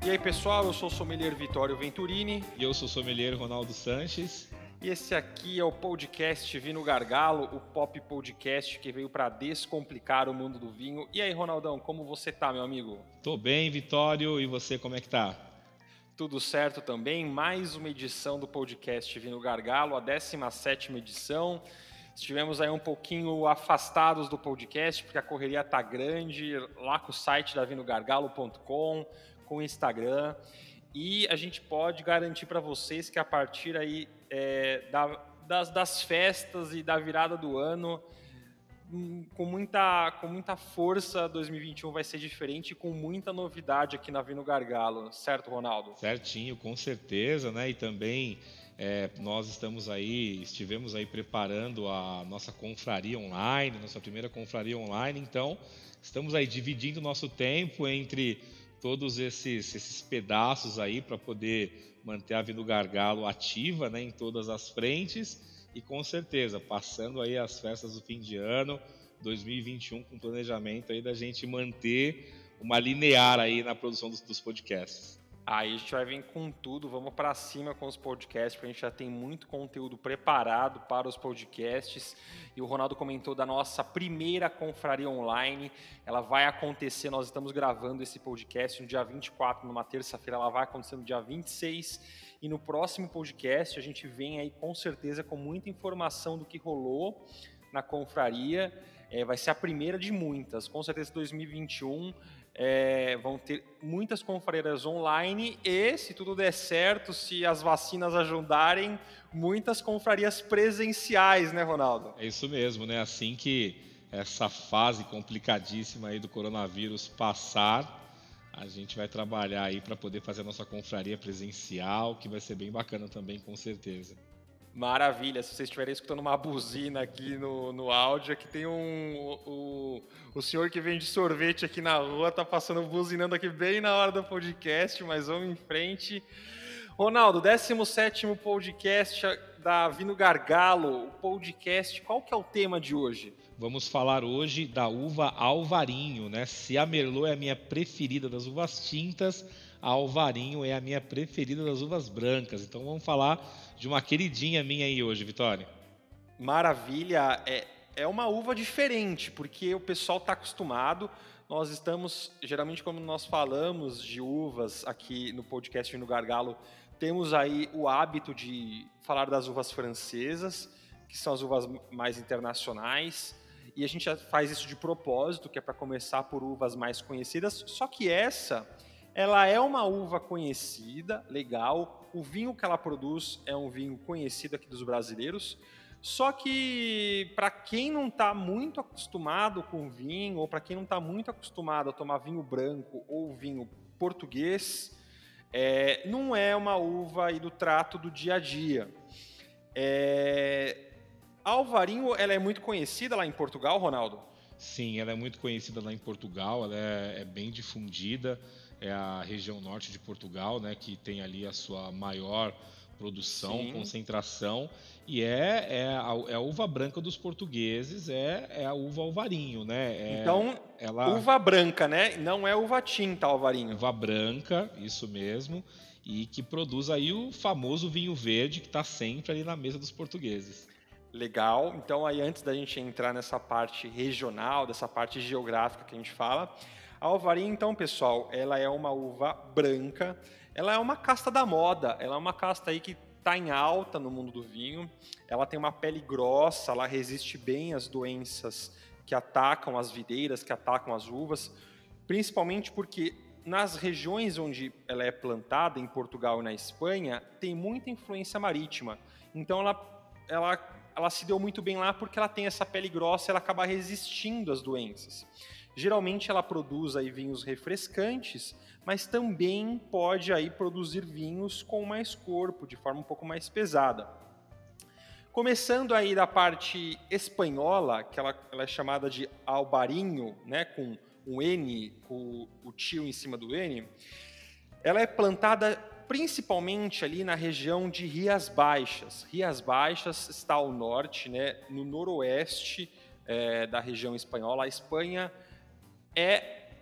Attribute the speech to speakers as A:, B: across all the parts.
A: E aí pessoal, eu sou o sommelier Vitório Venturini.
B: E eu sou o sommelier Ronaldo Sanches.
A: E esse aqui é o podcast Vino Gargalo, o pop podcast que veio para descomplicar o mundo do vinho. E aí, Ronaldão, como você tá, meu amigo?
B: Tô bem, Vitório, e você, como é que tá?
A: Tudo certo também, mais uma edição do podcast Vino Gargalo, a 17ª edição. Estivemos aí um pouquinho afastados do podcast, porque a correria tá grande, lá com o site da vinogargalo.com, com o Instagram. E a gente pode garantir para vocês que a partir aí das festas e da virada do ano, com muita força, 2021 vai ser diferente e com muita novidade aqui na Vino Gargalo, certo, Ronaldo?
B: Certinho, com certeza, né? E também nós estivemos aí preparando a nossa confraria online, nossa primeira confraria online, então estamos aí dividindo nosso tempo entre todos esses pedaços aí para poder manter a Vino Gargalo ativa, né, em todas as frentes e com certeza passando aí as festas do fim de ano 2021 com planejamento aí da gente manter uma linear aí na produção dos podcasts.
A: Aí a gente vai vir com tudo, vamos para cima com os podcasts, porque a gente já tem muito conteúdo preparado para os podcasts. E o Ronaldo comentou da nossa primeira confraria online. Ela vai acontecer, nós estamos gravando esse podcast no dia 24, numa terça-feira, ela vai acontecer no dia 26. E no próximo podcast a gente vem aí com certeza com muita informação do que rolou na confraria. Vai ser a primeira de muitas, com certeza 2021. Vão ter muitas confrarias online e, se tudo der certo, se as vacinas ajudarem, muitas confrarias presenciais, né, Ronaldo?
B: É isso mesmo, né? Assim que essa fase complicadíssima aí do coronavírus passar, a gente vai trabalhar aí para poder fazer a nossa confraria presencial, que vai ser bem bacana também, com certeza.
A: Maravilha, se vocês estiverem escutando uma buzina aqui no áudio, aqui tem o senhor que vende sorvete aqui na rua, tá passando buzinando aqui bem na hora do podcast, mas vamos em frente. Ronaldo, 17º podcast da Vino Gargalo, o podcast, qual que é o tema de hoje?
B: Vamos falar hoje da uva Alvarinho, né? Se a Merlot é a minha preferida das uvas tintas, a Alvarinho é a minha preferida das uvas brancas. Então vamos falar de uma queridinha minha aí hoje, Vitória.
A: Maravilha, é uma uva diferente, porque o pessoal está acostumado. Nós estamos, geralmente quando nós falamos de uvas aqui no podcast Vino Gargalo, temos aí o hábito de falar das uvas francesas, que são as uvas mais internacionais, e a gente já faz isso de propósito, que é para começar por uvas mais conhecidas, só que ela é uma uva conhecida, legal, o vinho que ela produz é um vinho conhecido aqui dos brasileiros, só que para quem não está muito acostumado com vinho, ou para quem não está muito acostumado a tomar vinho branco ou vinho português, não é uma uva aí do trato do dia a dia. A Alvarinho, ela é muito conhecida lá em Portugal, Ronaldo?
B: Sim, ela é muito conhecida lá em Portugal, ela é bem difundida, é a região norte de Portugal, né, que tem ali a sua maior produção,
A: Sim.
B: Concentração, e é a uva branca dos portugueses, é a uva Alvarinho, né?
A: Então, uva branca, né? Não é uva tinta, Alvarinho.
B: Uva branca, isso mesmo, e que produz aí o famoso vinho verde que está sempre ali na mesa dos portugueses.
A: Legal, então aí antes da gente entrar nessa parte regional, dessa parte geográfica que a gente fala, a Alvarinho então, pessoal, ela é uma uva branca, ela é uma casta da moda, ela é uma casta aí que está em alta no mundo do vinho, ela tem uma pele grossa, ela resiste bem às doenças que atacam as videiras, que atacam as uvas, principalmente porque nas regiões onde ela é plantada, em Portugal e na Espanha, tem muita influência marítima, então ela se deu muito bem lá porque ela tem essa pele grossa e ela acaba resistindo às doenças. Geralmente ela produz aí vinhos refrescantes, mas também pode aí produzir vinhos com mais corpo, de forma um pouco mais pesada. Começando aí da parte espanhola, que ela é chamada de Alvarinho, né, com um N, com o tio em cima do N, ela é plantada principalmente ali na região de Rias Baixas. Rias Baixas está ao norte, né, no noroeste da região espanhola. A Espanha é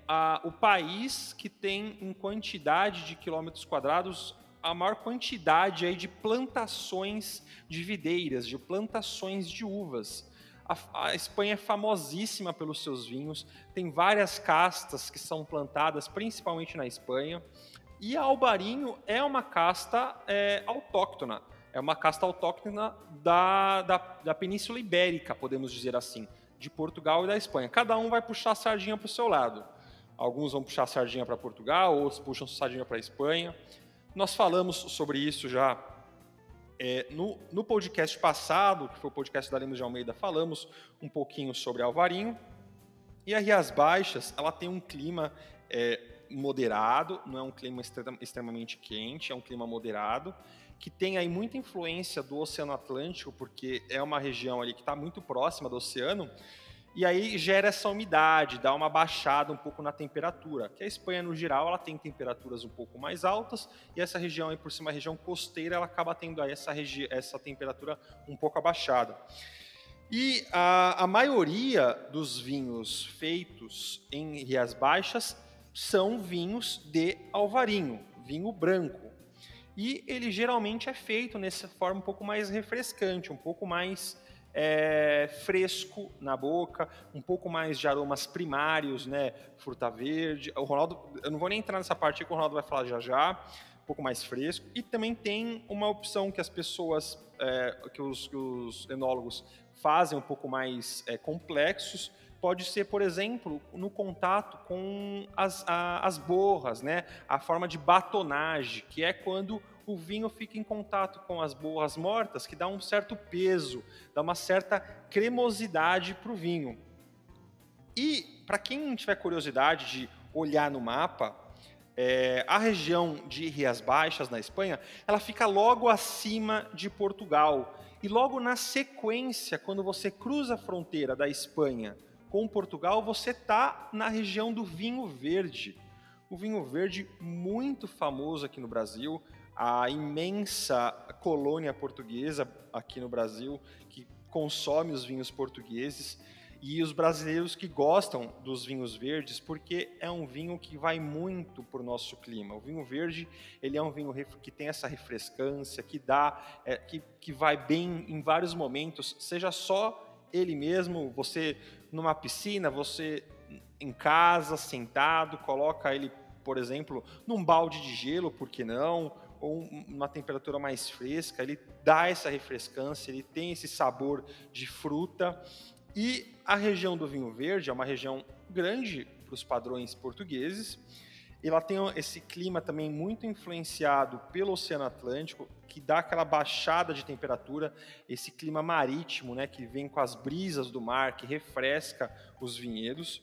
A: o país que tem, em quantidade de quilômetros quadrados, a maior quantidade aí de plantações de videiras, de plantações de uvas. A Espanha é famosíssima pelos seus vinhos, tem várias castas que são plantadas principalmente na Espanha, e a Alvarinho é uma casta autóctona, é uma casta autóctona da Península Ibérica, podemos dizer assim, de Portugal e da Espanha. Cada um vai puxar a sardinha para o seu lado. Alguns vão puxar a sardinha para Portugal, outros puxam a sardinha para a Espanha. Nós falamos sobre isso já no podcast passado, que foi o podcast da Lemos de Almeida, falamos um pouquinho sobre Alvarinho. E a Rias Baixas, ela tem um clima moderado, não é um clima extremamente quente, é um clima moderado, que tem aí muita influência do Oceano Atlântico, porque é uma região ali que está muito próxima do oceano, e aí gera essa umidade, dá uma baixada um pouco na temperatura, que a Espanha, no geral, ela tem temperaturas um pouco mais altas, e essa região aí, por ser uma região costeira, ela acaba tendo aí essa temperatura um pouco abaixada. E a maioria dos vinhos feitos em Rias Baixas são vinhos de Alvarinho, vinho branco. E ele geralmente é feito nessa forma um pouco mais refrescante, um pouco mais fresco na boca, um pouco mais de aromas primários, né? Fruta verde. O Ronaldo, eu não vou nem entrar nessa parte que o Ronaldo vai falar já, um pouco mais fresco. E também tem uma opção que as pessoas, que os enólogos fazem um pouco mais complexos, pode ser, por exemplo, no contato com as borras, né? A forma de batonagem, que é quando o vinho fica em contato com as borras mortas, que dá um certo peso, dá uma certa cremosidade para o vinho. E, para quem tiver curiosidade de olhar no mapa, a região de Rias Baixas, na Espanha, ela fica logo acima de Portugal. E logo na sequência, quando você cruza a fronteira da Espanha com Portugal, você está na região do vinho verde. O vinho verde muito famoso aqui no Brasil, a imensa colônia portuguesa aqui no Brasil, que consome os vinhos portugueses, e os brasileiros que gostam dos vinhos verdes, porque é um vinho que vai muito para o nosso clima. O vinho verde, ele é um vinho que tem essa refrescância, que vai bem em vários momentos, seja só ele mesmo, você numa piscina, você em casa, sentado, coloca ele, por exemplo, num balde de gelo, por que não? Ou uma temperatura mais fresca, ele dá essa refrescância, ele tem esse sabor de fruta. E a região do vinho verde é uma região grande para os padrões portugueses. Ela tem esse clima também muito influenciado pelo Oceano Atlântico, que dá aquela baixada de temperatura, esse clima marítimo, né, que vem com as brisas do mar, que refresca os vinhedos.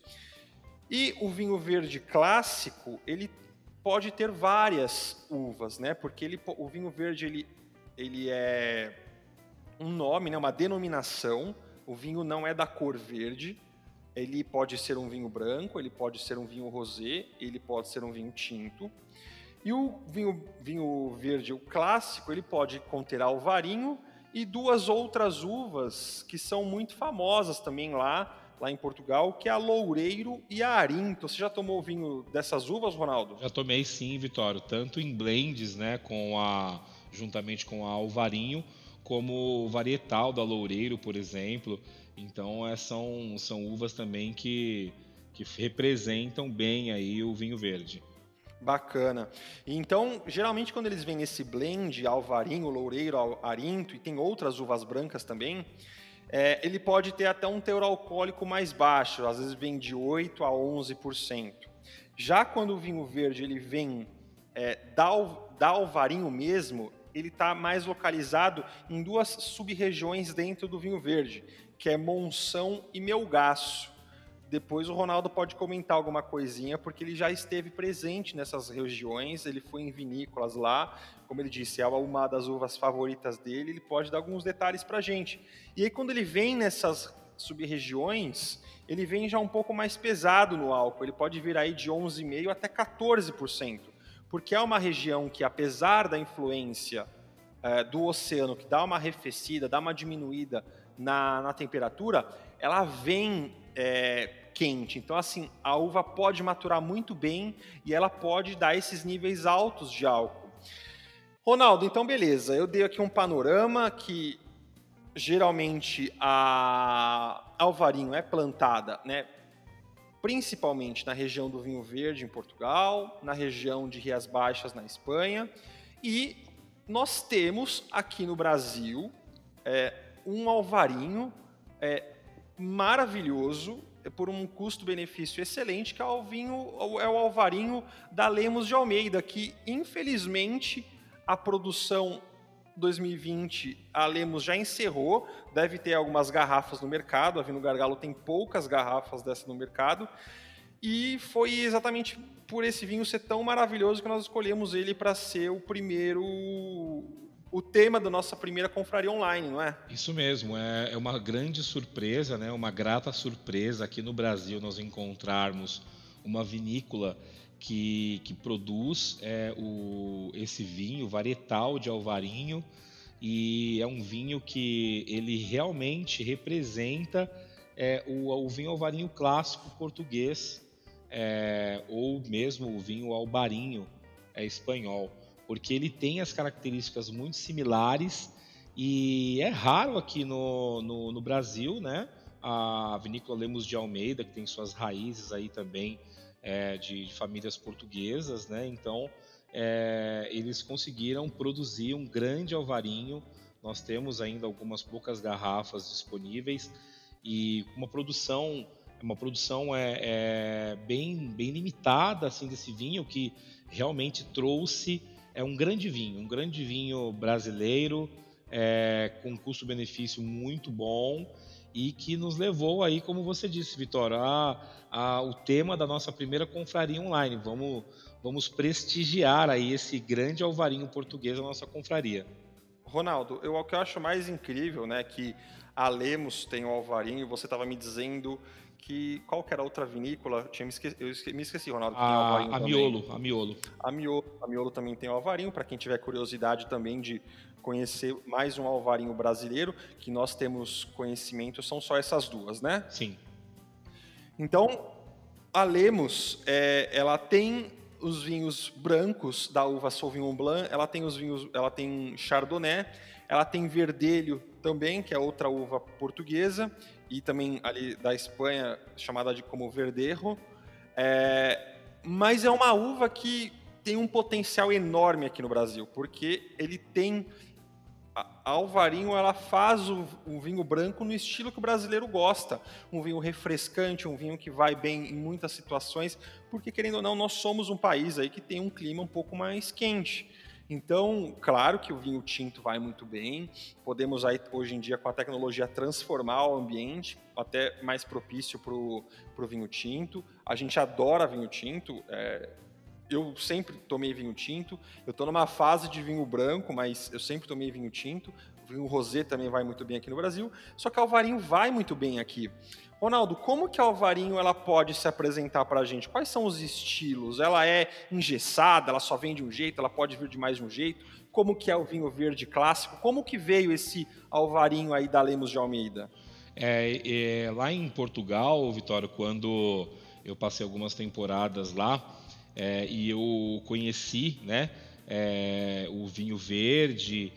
A: E o vinho verde clássico, ele pode ter várias uvas, né? Porque o vinho verde ele é um nome, né? Uma denominação. O vinho não é da cor verde. Ele pode ser um vinho branco, ele pode ser um vinho rosé, ele pode ser um vinho tinto. E o vinho verde, o clássico, ele pode conter alvarinho e duas outras uvas que são muito famosas também lá em Portugal, que é a Loureiro e a Arinto. Você já tomou vinho dessas uvas, Ronaldo?
B: Já tomei sim, Vitório, tanto em blends, né, juntamente com a Alvarinho, como o varietal da Loureiro, por exemplo. Então são uvas também que representam bem aí o vinho verde.
A: Bacana. Então, geralmente quando eles vêm nesse blend, Alvarinho, Loureiro, Arinto, e tem outras uvas brancas também, ele pode ter até um teor alcoólico mais baixo, às vezes vem de 8% a 11%. Já quando o vinho verde ele vem da Alvarinho mesmo, ele está mais localizado em duas sub-regiões dentro do vinho verde, que é Monção e Melgaço. Depois o Ronaldo pode comentar alguma coisinha, porque ele já esteve presente nessas regiões, ele foi em vinícolas lá, como ele disse, é uma das uvas favoritas dele, ele pode dar alguns detalhes para a gente. E aí quando ele vem nessas sub-regiões, ele vem já um pouco mais pesado no álcool, ele pode vir aí de 11,5% até 14%, porque é uma região que, apesar da influência do oceano, que dá uma arrefecida, dá uma diminuída na temperatura, ela vem quente. Então, assim, a uva pode maturar muito bem e ela pode dar esses níveis altos de álcool. Ronaldo, então beleza, eu dei aqui um panorama que geralmente a Alvarinho é plantada, né, principalmente na região do vinho verde em Portugal, na região de Rias Baixas na Espanha, e nós temos aqui no Brasil um Alvarinho maravilhoso, por um custo-benefício excelente, que é o Alvarinho da Lemos de Almeida, que infelizmente a produção 2020 a Lemos já encerrou, deve ter algumas garrafas no mercado, a Vinho Gargalo tem poucas garrafas dessa no mercado, e foi exatamente por esse vinho ser tão maravilhoso que nós escolhemos ele para ser o tema da nossa primeira confraria online, não é?
B: Isso mesmo, é uma grande surpresa, né? Uma grata surpresa aqui no Brasil nós encontrarmos uma vinícola que produz esse vinho varietal de Alvarinho, e é um vinho que ele realmente representa o vinho Alvarinho clássico português, ou mesmo o vinho Albarinho espanhol, porque ele tem as características muito similares e é raro aqui no Brasil, né? A vinícola Lemos de Almeida, que tem suas raízes aí também de famílias portuguesas, né? Então, eles conseguiram produzir um grande Alvarinho. Nós temos ainda algumas poucas garrafas disponíveis e uma produção bem limitada assim desse vinho, que realmente trouxe um grande vinho brasileiro, com um custo-benefício muito bom, e que nos levou aí, como você disse, Vitória, o tema da nossa primeira confraria online. Vamos prestigiar aí esse grande Alvarinho português da nossa confraria.
A: Ronaldo, o que eu acho mais incrível, né, que a Lemos tem o Alvarinho, você estava me dizendo que qual que era a outra vinícola? Eu me esqueci, Ronaldo, que tem Alvarinho também. A Miolo também tem o Alvarinho, para quem tiver curiosidade também de conhecer mais um Alvarinho brasileiro, que nós temos conhecimento, são só essas duas, né?
B: Sim.
A: Então, a Lemos, ela tem os vinhos brancos da uva Sauvignon Blanc, ela tem Chardonnay, ela tem Verdelho também, que é outra uva portuguesa, e também ali da Espanha, chamada como Verdejo. Mas é uma uva que tem um potencial enorme aqui no Brasil, porque ele tem... A Alvarinho, ela faz o vinho branco no estilo que o brasileiro gosta. Um vinho refrescante, um vinho que vai bem em muitas situações, porque, querendo ou não, nós somos um país aí que tem um clima um pouco mais quente. Então, claro que o vinho tinto vai muito bem. Podemos aí, hoje em dia, com a tecnologia, transformar o ambiente até mais propício para o vinho tinto. A gente adora vinho tinto. Eu sempre tomei vinho tinto. Eu estou numa fase de vinho branco, mas eu sempre tomei vinho tinto. O vinho rosé também vai muito bem aqui no Brasil. Só que a Alvarinho vai muito bem aqui. Ronaldo, como que a Alvarinho ela pode se apresentar para a gente? Quais são os estilos? Ela é engessada? Ela só vem de um jeito? Ela pode vir de mais de um jeito? Como que é o vinho verde clássico? Como que veio esse Alvarinho aí da Lemos de Almeida?
B: Lá em Portugal, Vitória, quando eu passei algumas temporadas lá, e eu conheci, né, o vinho verde,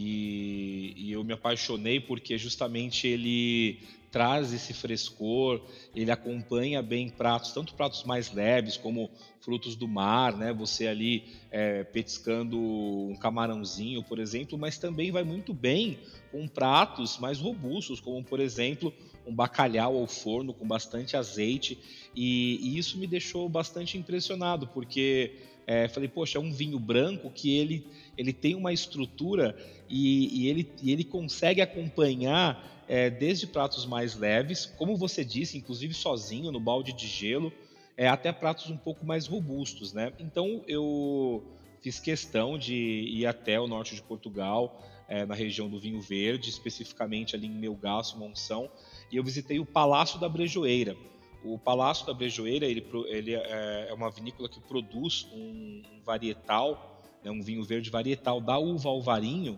B: e eu me apaixonei porque justamente ele traz esse frescor, ele acompanha bem pratos, tanto pratos mais leves como frutos do mar, né? Você ali petiscando um camarãozinho, por exemplo, mas também vai muito bem com pratos mais robustos, como por exemplo um bacalhau ao forno com bastante azeite, e isso me deixou bastante impressionado, porque falei, poxa, é um vinho branco que ele tem uma estrutura e ele consegue acompanhar desde pratos mais leves, como você disse, inclusive sozinho no balde de gelo, até pratos um pouco mais robustos, né? Então eu fiz questão de ir até o norte de Portugal, na região do vinho verde, especificamente ali em Melgaço, Monção, e eu visitei o Palácio da Brejoeira. O Palácio da Brejoeira ele é uma vinícola que produz um varietal, né, um vinho verde varietal da uva Alvarinho,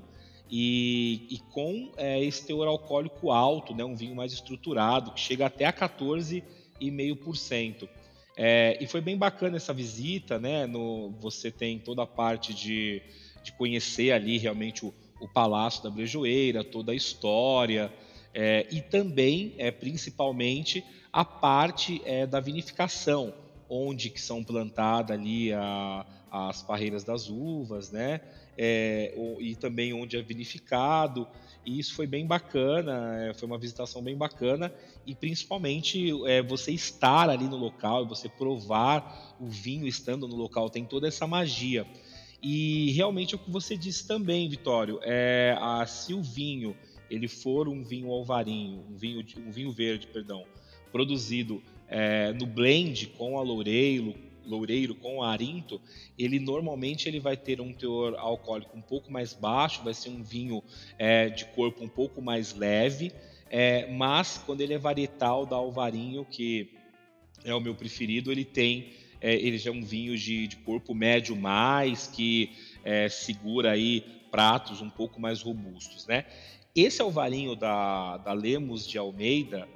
B: e com esse teor alcoólico alto, né, um vinho mais estruturado, que chega até a 14,5%. E foi bem bacana essa visita, né? Você tem toda a parte de conhecer ali realmente o Palácio da Brejoeira, toda a história, e também, principalmente, a parte da vinificação, onde que são plantadas ali as parreiras das uvas, né? E também onde é vinificado, e isso foi bem bacana, foi uma visitação bem bacana, e principalmente você estar ali no local e você provar o vinho estando no local, tem toda essa magia. E realmente é o que você disse também, Vitório, se o vinho ele for um vinho alvarinho, um vinho verde, perdão, produzido no blend com a loureiro com a arinto, ele normalmente ele vai ter um teor alcoólico um pouco mais baixo, vai ser um vinho de corpo um pouco mais leve, mas quando ele é varietal da Alvarinho, que é o meu preferido, ele já é um vinho de corpo médio mais, que segura aí pratos um pouco mais robustos, né? Esse Alvarinho da Lemos de Almeida,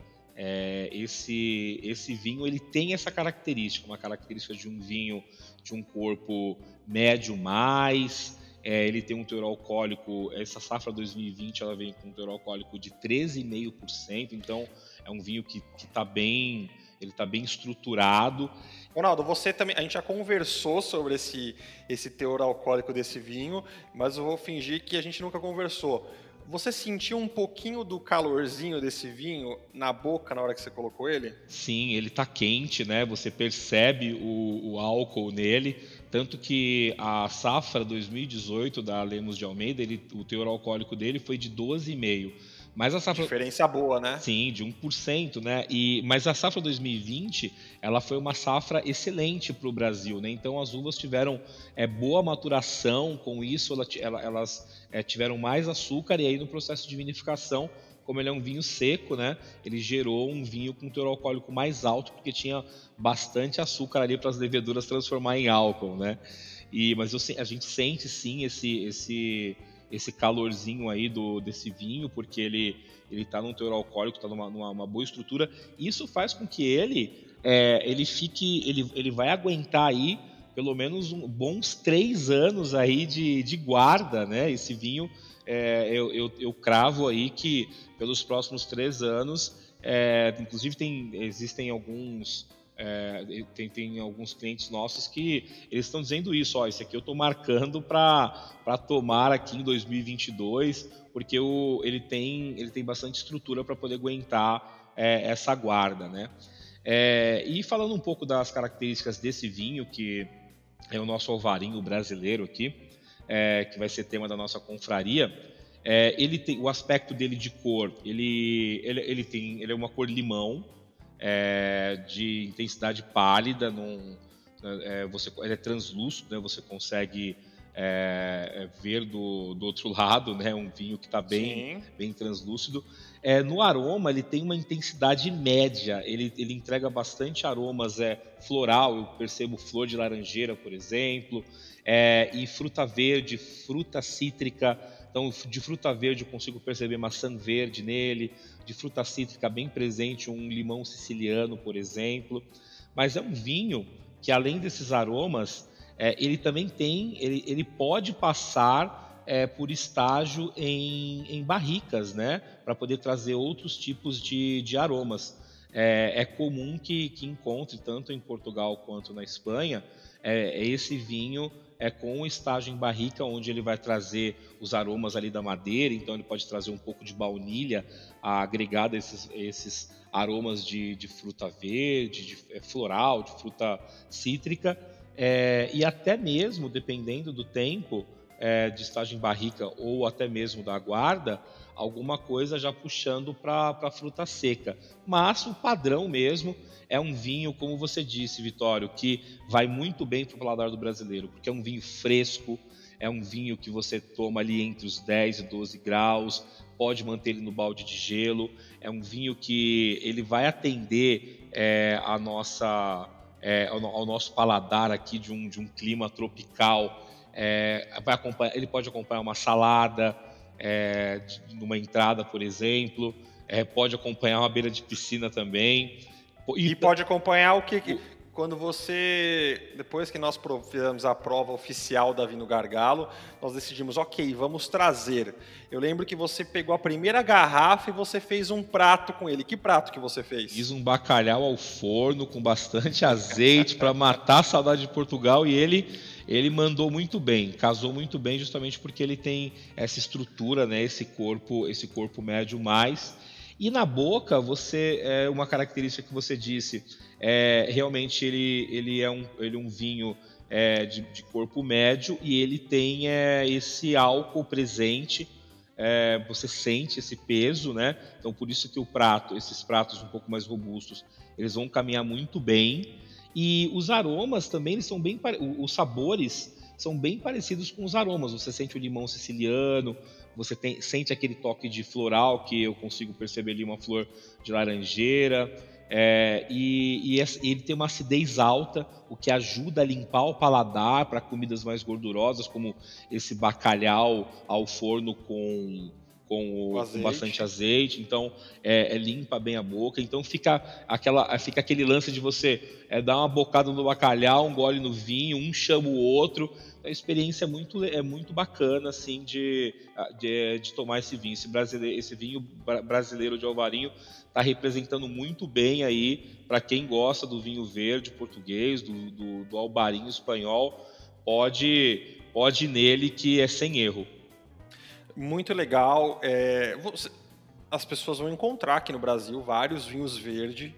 B: esse vinho ele tem essa característica, uma característica de um vinho de um corpo médio mais, ele tem um teor alcoólico, essa safra 2020 ela vem com um teor alcoólico de 13,5%, então é um vinho que está bem, ele está bem estruturado.
A: Ronaldo, você também, a gente já conversou sobre esse teor alcoólico desse vinho, mas eu vou fingir que a gente nunca conversou. Você sentiu um pouquinho do calorzinho desse vinho na boca na hora que você colocou ele?
B: Sim, ele está quente, né? Você percebe o álcool nele, tanto que a safra 2018 da Lemos de Almeida, o teor alcoólico dele foi de 12,5. Mas a safra
A: Diferença boa, né?
B: Sim, de 1%, né? Mas a safra 2020, ela foi uma safra excelente para o Brasil, né? Então as uvas tiveram boa maturação, com isso elas tiveram mais açúcar, e aí no processo de vinificação, como ele é um vinho seco, né? Ele gerou um vinho com teor alcoólico mais alto, porque tinha bastante açúcar ali para as leveduras transformar em álcool, né? Mas a gente sente sim esse calorzinho aí desse vinho, porque ele está num teor alcoólico, está numa boa estrutura. Isso faz com que ele vai aguentar aí pelo menos bons 3 anos aí de guarda, né? Esse vinho, eu cravo aí que pelos próximos 3 anos, inclusive existem alguns tem alguns clientes nossos que eles estão dizendo isso, esse aqui eu estou marcando para tomar aqui em 2022, porque ele tem bastante estrutura para poder aguentar essa guarda, né? E falando um pouco das características desse vinho, que é o nosso alvarinho brasileiro aqui, que vai ser tema da nossa confraria, ele tem o aspecto dele de cor, ele é uma cor limão, de intensidade pálida, ele é translúcido, né? Você consegue ver do outro lado, né? Um vinho que está bem translúcido. No aroma, ele tem uma intensidade média, ele entrega bastante aromas floral, eu percebo flor de laranjeira, por exemplo, e fruta verde, fruta cítrica. Então, de fruta verde eu consigo perceber maçã verde nele, de fruta cítrica bem presente, um limão siciliano, por exemplo. Mas é um vinho que, além desses aromas, ele também ele pode passar por estágio em barricas, né? Para poder trazer outros tipos de aromas. É comum que encontre, tanto em Portugal quanto na Espanha, esse vinho com o estágio em barrica, onde ele vai trazer os aromas ali da madeira, então ele pode trazer um pouco de baunilha agregado a esses aromas de fruta verde, de floral, de fruta cítrica, e até mesmo, dependendo do tempo de estágio em barrica ou até mesmo da guarda, alguma coisa já puxando para a fruta seca. Mas o padrão mesmo é um vinho, como você disse, Vitório, que vai muito bem para o paladar do brasileiro, porque é um vinho fresco, é um vinho que você toma ali entre os 10 e 12 graus, pode manter ele no balde de gelo, é um vinho que ele vai atender ao nosso paladar aqui de um clima tropical, ele pode acompanhar uma salada, numa entrada, por exemplo. Pode acompanhar uma beira de piscina também.
A: E pode acompanhar o que quando depois que nós fizemos a prova oficial da Vinho Gargalo, nós decidimos, ok, vamos trazer. Eu lembro que você pegou a primeira garrafa e você fez um prato com ele. Que prato que você fez?
B: Fiz um bacalhau ao forno com bastante azeite para matar a saudade de Portugal, e ele mandou muito bem, casou muito bem, justamente porque ele tem essa estrutura, né, esse corpo médio mais. E na boca, uma característica que você disse, realmente ele é um vinho de corpo médio, e ele tem esse álcool presente. Você sente esse peso, né? Então por isso que esses pratos um pouco mais robustos, eles vão caminhar muito bem. E os aromas também, eles são os sabores são bem parecidos com os aromas. Você sente o limão siciliano, você sente aquele toque de floral, que eu consigo perceber ali, uma flor de laranjeira. Ele tem uma acidez alta, o que ajuda a limpar o paladar para comidas mais gordurosas, como esse bacalhau ao forno com bastante azeite. Então limpa bem a boca. Então fica aquele lance de você dar uma bocada no bacalhau, um gole no vinho, um chama o outro. A experiência é muito bacana, assim, de tomar esse vinho. Esse vinho brasileiro de Alvarinho está representando muito bem aí para quem gosta do vinho verde português, do albarinho espanhol. Pode ir nele, que é sem erro.
A: Muito legal. As pessoas vão encontrar aqui no Brasil vários vinhos verdes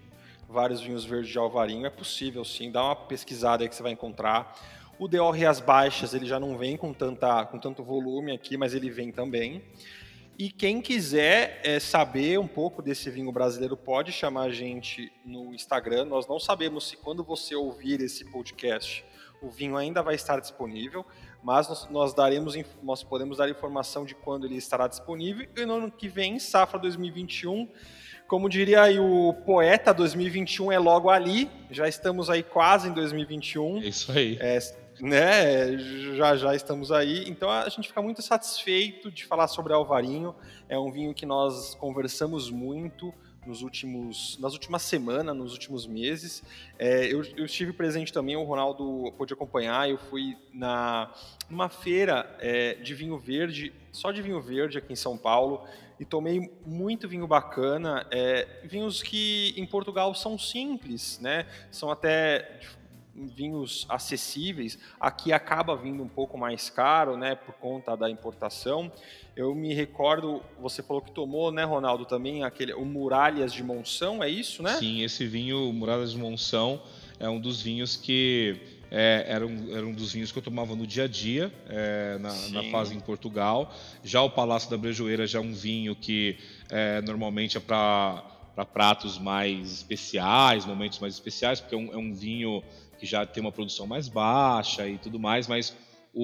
A: de Alvarinho. É possível, sim. Dá uma pesquisada aí que você vai encontrar. O Deol Rias Baixas, ele já não vem com tanto volume aqui, mas ele vem também. E quem quiser saber um pouco desse vinho brasileiro, pode chamar a gente no Instagram. Nós não sabemos se quando você ouvir esse podcast, o vinho ainda vai estar disponível, mas nós podemos dar informação de quando ele estará disponível. E no ano que vem, safra 2021, como diria aí o poeta, 2021 é logo ali. Já estamos aí quase em 2021.
B: É isso aí.
A: Né? Já estamos aí. Então a gente fica muito satisfeito de falar sobre Alvarinho. É um vinho que nós conversamos muito nas últimas semanas, nos últimos meses. Eu estive presente também, o Ronaldo pôde acompanhar. Eu fui numa feira de vinho verde, só de vinho verde aqui em São Paulo, e tomei muito vinho bacana. Vinhos que em Portugal são simples, né? São até vinhos acessíveis. Aqui acaba vindo um pouco mais caro, né, por conta da importação. Eu me recordo, você falou que tomou, né, Ronaldo, também o Muralhas de Monção, é isso, né?
B: Sim, esse vinho Muralhas de Monção é um dos vinhos que era um dos vinhos que eu tomava no dia a dia, na fase em Portugal. Já o Palácio da Brejoeira já é um vinho que normalmente é para pratos mais especiais, momentos mais especiais, porque é um vinho que já tem uma produção mais baixa e tudo mais, mas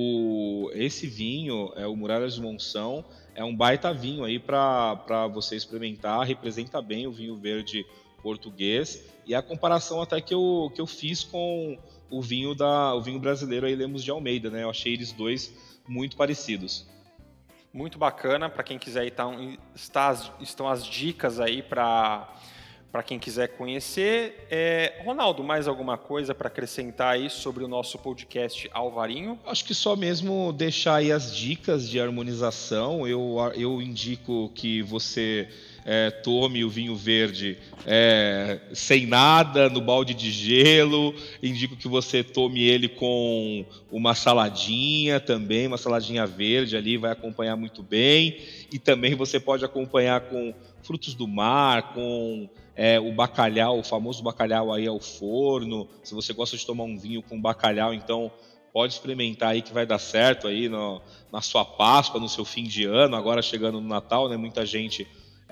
B: esse vinho, o Muralhas de Monção, é um baita vinho aí para você experimentar, representa bem o vinho verde português, e a comparação até que eu fiz com o vinho brasileiro aí, Lemos de Almeida, né? Eu achei eles dois muito parecidos.
A: Muito bacana, para quem quiser, estão as dicas aí para quem quiser conhecer. Ronaldo, mais alguma coisa para acrescentar aí sobre o nosso podcast Alvarinho?
B: Acho que só mesmo deixar aí as dicas de harmonização. Eu indico que você tome o vinho verde sem nada, no balde de gelo. Indico que você tome ele com uma saladinha também, uma saladinha verde ali, vai acompanhar muito bem. E também você pode acompanhar com frutos do mar, com o bacalhau, o famoso bacalhau aí ao forno. Se você gosta de tomar um vinho com bacalhau, então pode experimentar aí que vai dar certo aí na sua Páscoa, no seu fim de ano, agora chegando no Natal, né? Muita gente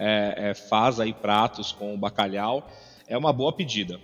B: faz aí pratos com bacalhau. É uma boa pedida.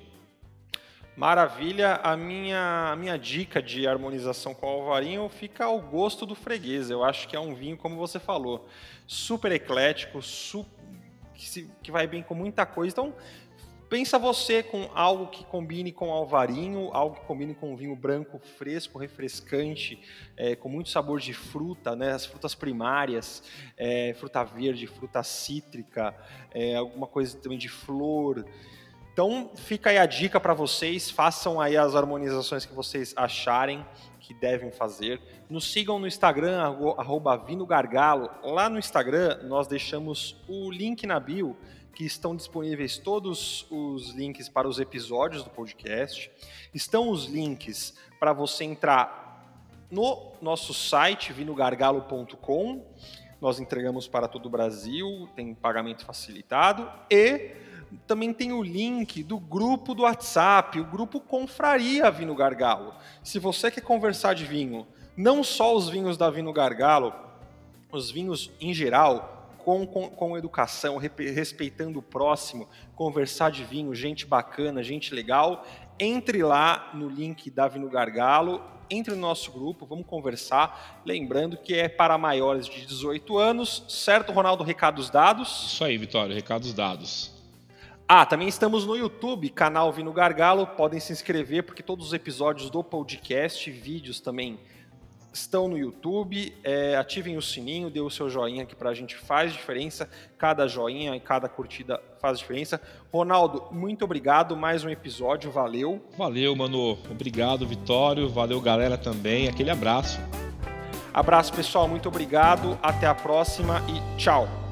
A: Maravilha. A minha dica de harmonização com o Alvarinho fica ao gosto do freguês. Eu acho que é um vinho, como você falou, super eclético, que vai bem com muita coisa. Então, pensa você com algo que combine com alvarinho, algo que combine com um vinho branco fresco, refrescante, com muito sabor de fruta, né? As frutas primárias, fruta verde, fruta cítrica, alguma coisa também de flor. Então fica aí a dica para vocês, façam aí as harmonizações que vocês acharem que devem fazer. Nos sigam no Instagram, @vinogargalo. Lá no Instagram nós deixamos o link na bio, que estão disponíveis todos os links para os episódios do podcast. Estão os links para você entrar no nosso site, vinogargalo.com. Nós entregamos para todo o Brasil, tem pagamento facilitado. E também tem o link do grupo do WhatsApp, o grupo Confraria Vino Gargalo. Se você quer conversar de vinho, não só os vinhos da Vino Gargalo, os vinhos em geral, com educação, respeitando o próximo, conversar de vinho, gente bacana, gente legal, entre lá no link da Vino Gargalo, entre no nosso grupo, vamos conversar, lembrando que é para maiores de 18 anos, certo, Ronaldo? Recados dados?
B: Isso aí, Vitório, recados dados.
A: Também estamos no YouTube, canal Vino Gargalo, podem se inscrever, porque todos os episódios do podcast, vídeos também, estão no YouTube. Ativem o sininho, dê o seu joinha que pra gente faz diferença, cada joinha e cada curtida faz diferença. Ronaldo, muito obrigado, mais um episódio, valeu.
B: Valeu, mano, obrigado, Vitório, valeu, galera, também, aquele abraço.
A: Abraço, pessoal, muito obrigado, até a próxima e tchau.